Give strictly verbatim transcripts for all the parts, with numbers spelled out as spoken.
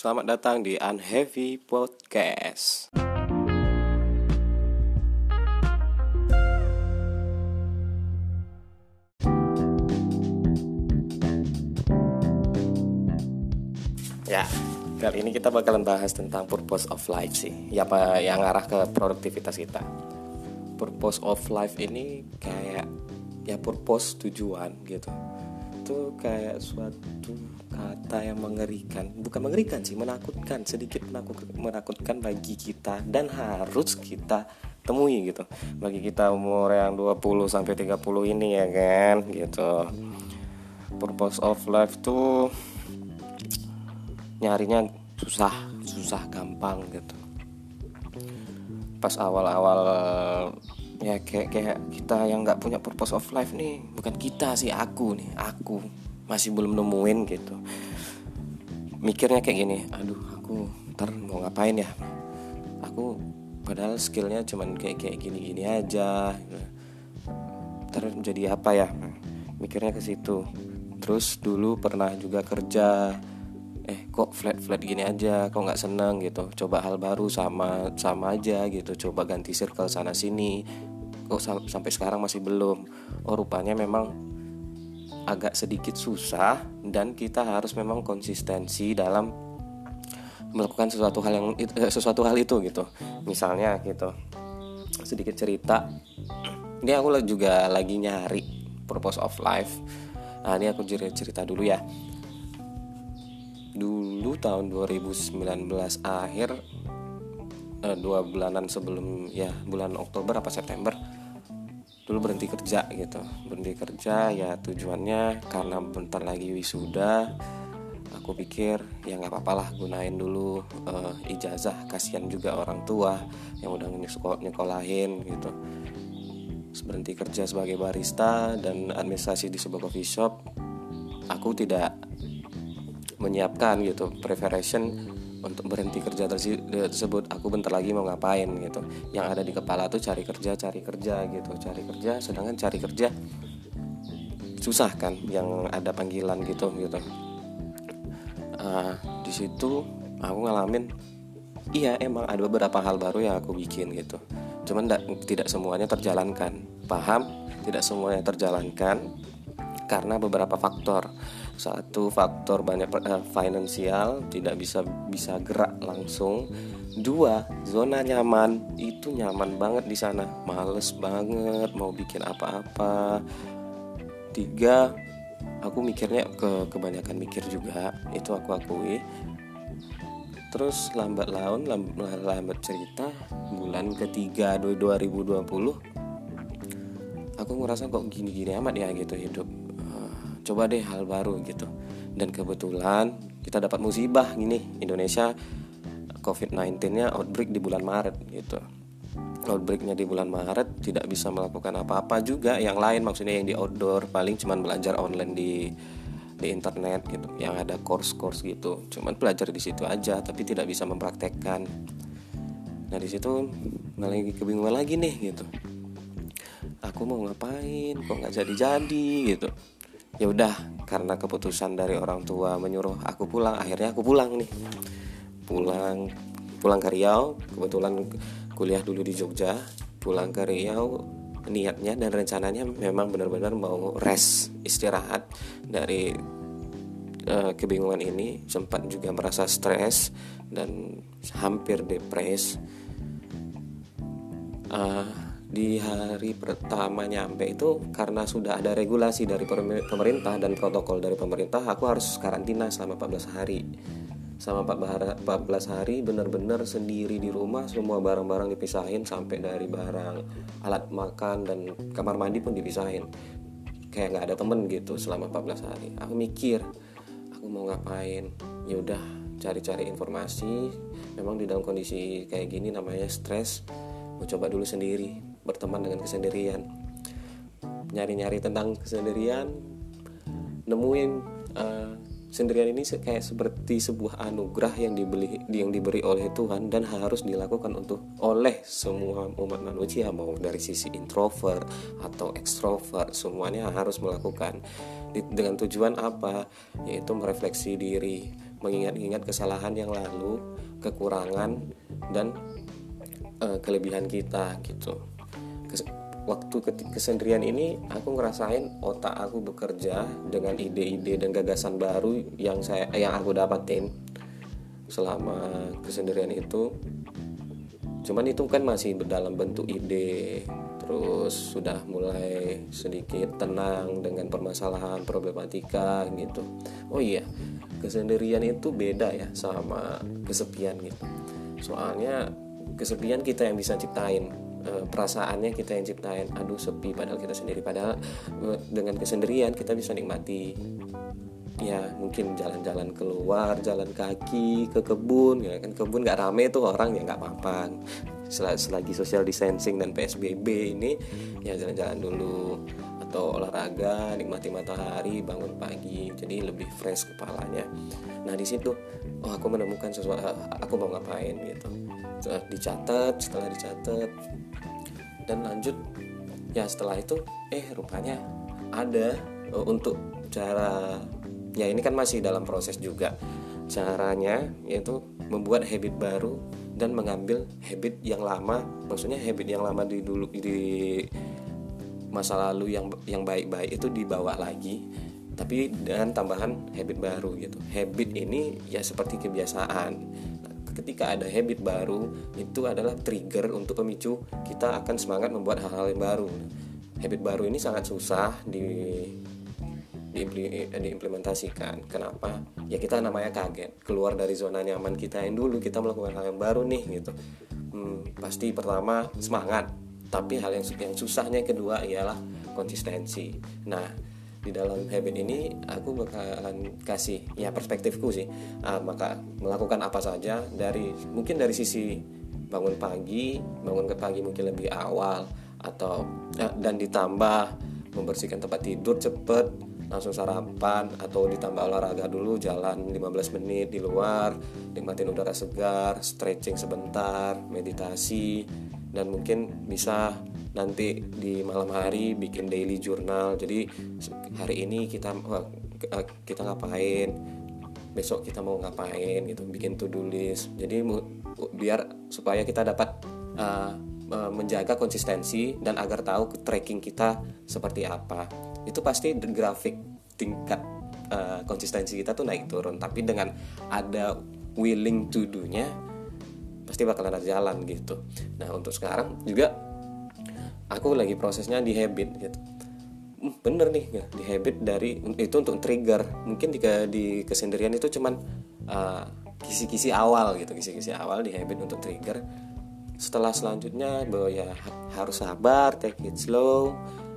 selamat datang di Unheavy Podcast. Ya, kali ini kita bakalan bahas tentang purpose of life sih. Ya, apa yang arah ke produktivitas kita. Purpose of life ini kayak ya purpose, tujuan gitu. Itu kayak suatu kata yang mengerikan, bukan mengerikan sih, menakutkan, sedikit menakut, menakutkan bagi kita dan harus kita temui gitu. Bagi kita umur yang dua puluh sampai tiga puluh ini ya kan gitu. Purpose of life tuh nyarinya susah, susah gampang gitu. Pas awal-awal ya kayak kayak kita yang nggak punya purpose of life nih, bukan kita sih, aku nih, aku masih belum nemuin gitu. Mikirnya kayak gini, aduh aku ntar mau ngapain ya? Aku padahal skillnya cuman kayak kayak gini-gini aja. Ntar jadi apa ya? Mikirnya ke situ. Terus dulu pernah juga kerja, eh kok flat-flat gini aja, kok nggak seneng gitu. Coba hal baru sama sama aja gitu. Coba ganti circle sana sini, kok sam- sampai sekarang masih belum. Oh rupanya memang agak sedikit susah dan kita harus memang konsistensi dalam melakukan sesuatu hal yang eh, sesuatu hal itu gitu. Misalnya gitu, sedikit cerita. Ini aku juga lagi nyari purpose of life. Nah ini aku cerita dulu ya. Dulu tahun dua ribu sembilan belas akhir, eh, dua bulanan sebelum ya bulan Oktober apa September, dulu berhenti kerja gitu. Berhenti kerja ya tujuannya karena bentar lagi wisuda. Aku pikir ya nggak apa-apa lah, gunain dulu uh, ijazah. Kasihan juga orang tua yang udah nyekolahin gitu. Berhenti kerja sebagai barista dan administrasi di sebuah coffee shop. Aku tidak menyiapkan gitu preparation untuk berhenti kerja tersebut. Aku bentar lagi mau ngapain gitu. Yang ada di kepala tuh cari kerja, cari kerja gitu, cari kerja. Sedangkan cari kerja susah kan, yang ada panggilan gitu gitu. Uh, di situ aku ngalamin, iya emang ada beberapa hal baru yang aku bikin gitu. Cuman da- tidak semuanya terjalankan. Paham? Tidak semuanya terjalankan karena beberapa faktor. Satu faktor banyak uh, finansial, tidak bisa bisa gerak langsung. Dua, zona nyaman, itu nyaman banget di sana, males banget mau bikin apa-apa. Tiga, aku mikirnya ke kebanyakan mikir juga, itu aku akui. Terus lambat laun, lambat, lambat cerita, bulan ketiga dua ribu dua puluh, aku ngerasa kok gini-gini amat ya gitu hidup. Coba deh hal baru gitu. Dan kebetulan kita dapat musibah gini, Indonesia covid sembilan belas-nya outbreak di bulan Maret gitu. Outbreaknya di bulan Maret, tidak bisa melakukan apa-apa juga. Yang lain maksudnya yang di outdoor, paling cuman belajar online di di internet gitu. Yang ada course-course gitu. Cuman belajar di situ aja tapi tidak bisa mempraktekkan. Nah, di situ lagi kebingungan lagi nih gitu. Aku mau ngapain? Kok enggak jadi-jadi gitu. Ya udah, karena keputusan dari orang tua menyuruh aku pulang, akhirnya aku pulang nih. Pulang pulang ke Riau, kebetulan kuliah dulu di Jogja. Pulang ke Riau niatnya dan rencananya memang benar-benar mau rest, istirahat dari uh, kebingungan ini. Sempat juga merasa stres dan hampir depres. Uh, Di hari pertama nyampe itu, karena sudah ada regulasi dari pemerintah dan protokol dari pemerintah, aku harus karantina selama empat belas hari. Selama empat belas hari benar-benar sendiri di rumah, semua barang-barang dipisahin, sampai dari barang alat makan dan kamar mandi pun dipisahin. Kayak nggak ada temen gitu selama empat belas hari. Aku mikir, aku mau ngapain? Ya udah, cari-cari informasi. Memang di dalam kondisi kayak gini namanya stres. Mau coba dulu sendiri, berteman dengan kesendirian. Nyari-nyari tentang kesendirian, nemuin uh, sendirian ini kayak seperti sebuah anugerah yang diberi yang diberi oleh Tuhan dan harus dilakukan untuk oleh semua umat manusia, mau dari sisi introvert atau ekstrovert, semuanya harus melakukan. Dengan tujuan apa? Yaitu merefleksi diri, mengingat-ingat kesalahan yang lalu, kekurangan dan uh, kelebihan kita gitu. Kes- waktu kesendirian ini aku ngerasain otak aku bekerja dengan ide-ide dan gagasan baru yang saya yang aku dapatin selama kesendirian itu. Cuman itu kan masih dalam bentuk ide, terus sudah mulai sedikit tenang dengan permasalahan problematika gitu. Oh iya, kesendirian itu beda ya sama kesepian gitu. Soalnya kesepian kita yang bisa ciptain, e, perasaannya kita yang ciptain. Aduh sepi padahal kita sendiri. Padahal e, dengan kesendirian kita bisa nikmati, ya mungkin jalan-jalan keluar, jalan kaki ke kebun, ya kan kebun nggak rame tuh orang, ya nggak apa-apa. Sel- selagi social distancing dan P S B B ini, ya jalan-jalan dulu, atau olahraga, nikmati matahari, bangun pagi, jadi lebih fresh kepalanya. Nah di situ, oh aku menemukan sesuatu, aku mau ngapain gitu. Setelah dicatat, setelah dicatat, dan lanjut, ya setelah itu, eh rupanya ada uh, untuk cara. Ya ini kan masih dalam proses juga. Caranya yaitu membuat habit baru dan mengambil habit yang lama. Maksudnya habit yang lama di dulu di masa lalu yang yang baik-baik itu dibawa lagi, tapi dengan tambahan habit baru gitu. Habit ini ya seperti kebiasaan. Nah, ketika ada habit baru, itu adalah trigger untuk pemicu kita akan semangat membuat hal-hal yang baru. Habit baru ini sangat susah di diimplementasikan. Kenapa? Ya kita namanya kaget, keluar dari zona nyaman kita yang dulu, kita melakukan hal yang baru nih gitu. hmm, Pasti pertama semangat, tapi hal yang, yang susahnya kedua ialah konsistensi. Nah di dalam habit ini aku bakalan kasih ya perspektifku sih, uh, maka melakukan apa saja, dari mungkin dari sisi bangun pagi, bangun ke pagi mungkin lebih awal, atau uh, dan ditambah membersihkan tempat tidur cepet, langsung sarapan, atau ditambah olahraga dulu, jalan lima belas menit di luar, nikmatin udara segar, stretching sebentar, meditasi, dan mungkin bisa nanti di malam hari bikin daily journal. Jadi hari ini kita kita ngapain, besok kita mau ngapain gitu, bikin to do list. Jadi biar supaya kita dapat uh, menjaga konsistensi dan agar tahu tracking kita seperti apa. Itu pasti grafik tingkat uh, konsistensi kita tuh naik turun, tapi dengan ada willing to do-nya pasti bakalan ada jalan gitu. Nah untuk sekarang juga aku lagi prosesnya di habit gitu. hmm, bener nih ya, di habit dari itu untuk trigger. Mungkin di, di kesendirian itu cuman uh, kisi-kisi awal gitu, kisi-kisi awal di habit untuk trigger. Setelah selanjutnya bahwa ya harus sabar, take it slow,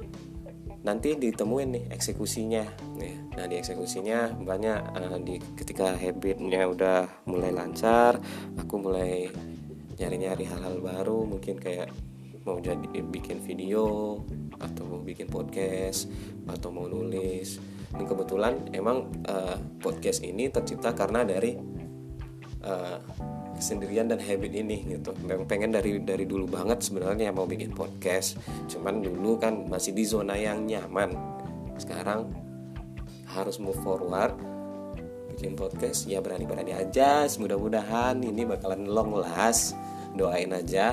nanti ditemuin nih eksekusinya. Nah di eksekusinya banyak, uh, di ketika habitnya udah mulai lancar, aku mulai nyari-nyari hal-hal baru, mungkin kayak mau jadi bikin video, atau mau bikin podcast, atau mau nulis. Dan kebetulan emang uh, podcast ini tercipta karena dari uh, kesendirian dan habit ini gitu. Memang pengen dari dari dulu banget sebenarnya mau bikin podcast, cuman dulu kan masih di zona yang nyaman. Sekarang harus move forward, bikin podcast ya berani-berani aja. Mudah-mudahan ini bakalan long last, doain aja.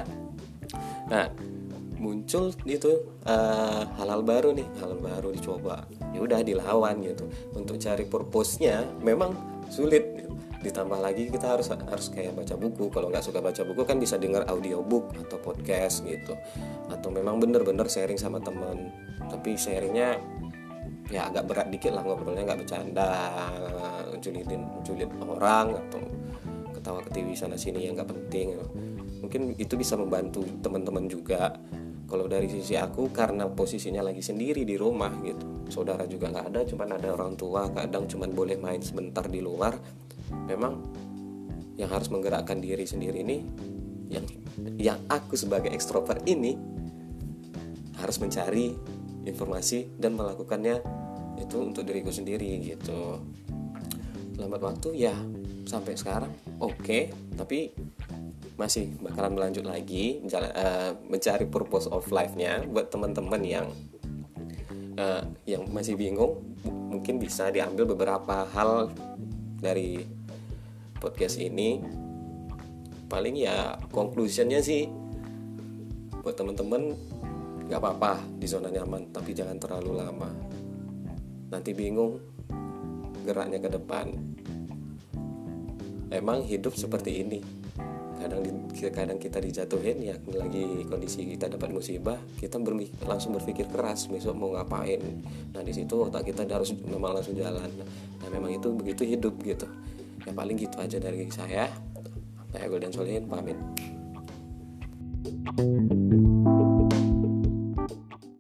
Nah muncul itu uh, hal-hal baru nih, hal baru dicoba, ya udah dilawan gitu. Untuk cari purpose-nya memang sulit gitu. Ditambah lagi kita harus harus kayak baca buku. Kalau nggak suka baca buku kan bisa dengar audiobook atau podcast gitu, atau memang bener-bener sharing sama teman. Tapi sharingnya ya agak berat dikit lah, ngobrolnya nggak bercanda, julitin julit orang, atau ketawa ketiwi sana sini yang nggak penting. Mungkin itu bisa membantu teman-teman juga. Kalau dari sisi aku, karena posisinya lagi sendiri di rumah gitu, saudara juga nggak ada, cuman ada orang tua, kadang cuman boleh main sebentar di luar. Memang yang harus menggerakkan diri sendiri ini, yang yang aku sebagai ekstrovert ini harus mencari informasi dan melakukannya itu untuk diriku sendiri gitu. Lambat waktu ya sampai sekarang oke, okay, tapi masih bakalan melanjut lagi jalan, uh, mencari purpose of life-nya. Buat teman-teman yang uh, yang masih bingung, mungkin bisa diambil beberapa hal dari podcast ini. Paling ya conclusionnya sih buat temen-temen, gak apa-apa di zona nyaman, tapi jangan terlalu lama. Nanti bingung geraknya ke depan. Emang hidup seperti ini. Kadang di, kadang kita dijatuhin, ya lagi kondisi kita dapat musibah, kita bermik, langsung berpikir keras besok mau ngapain. Nah di situ otak kita harus memang langsung jalan. Nah memang itu begitu hidup gitu. Ya paling gitu aja dari saya. Saya Golden Solihin pamit.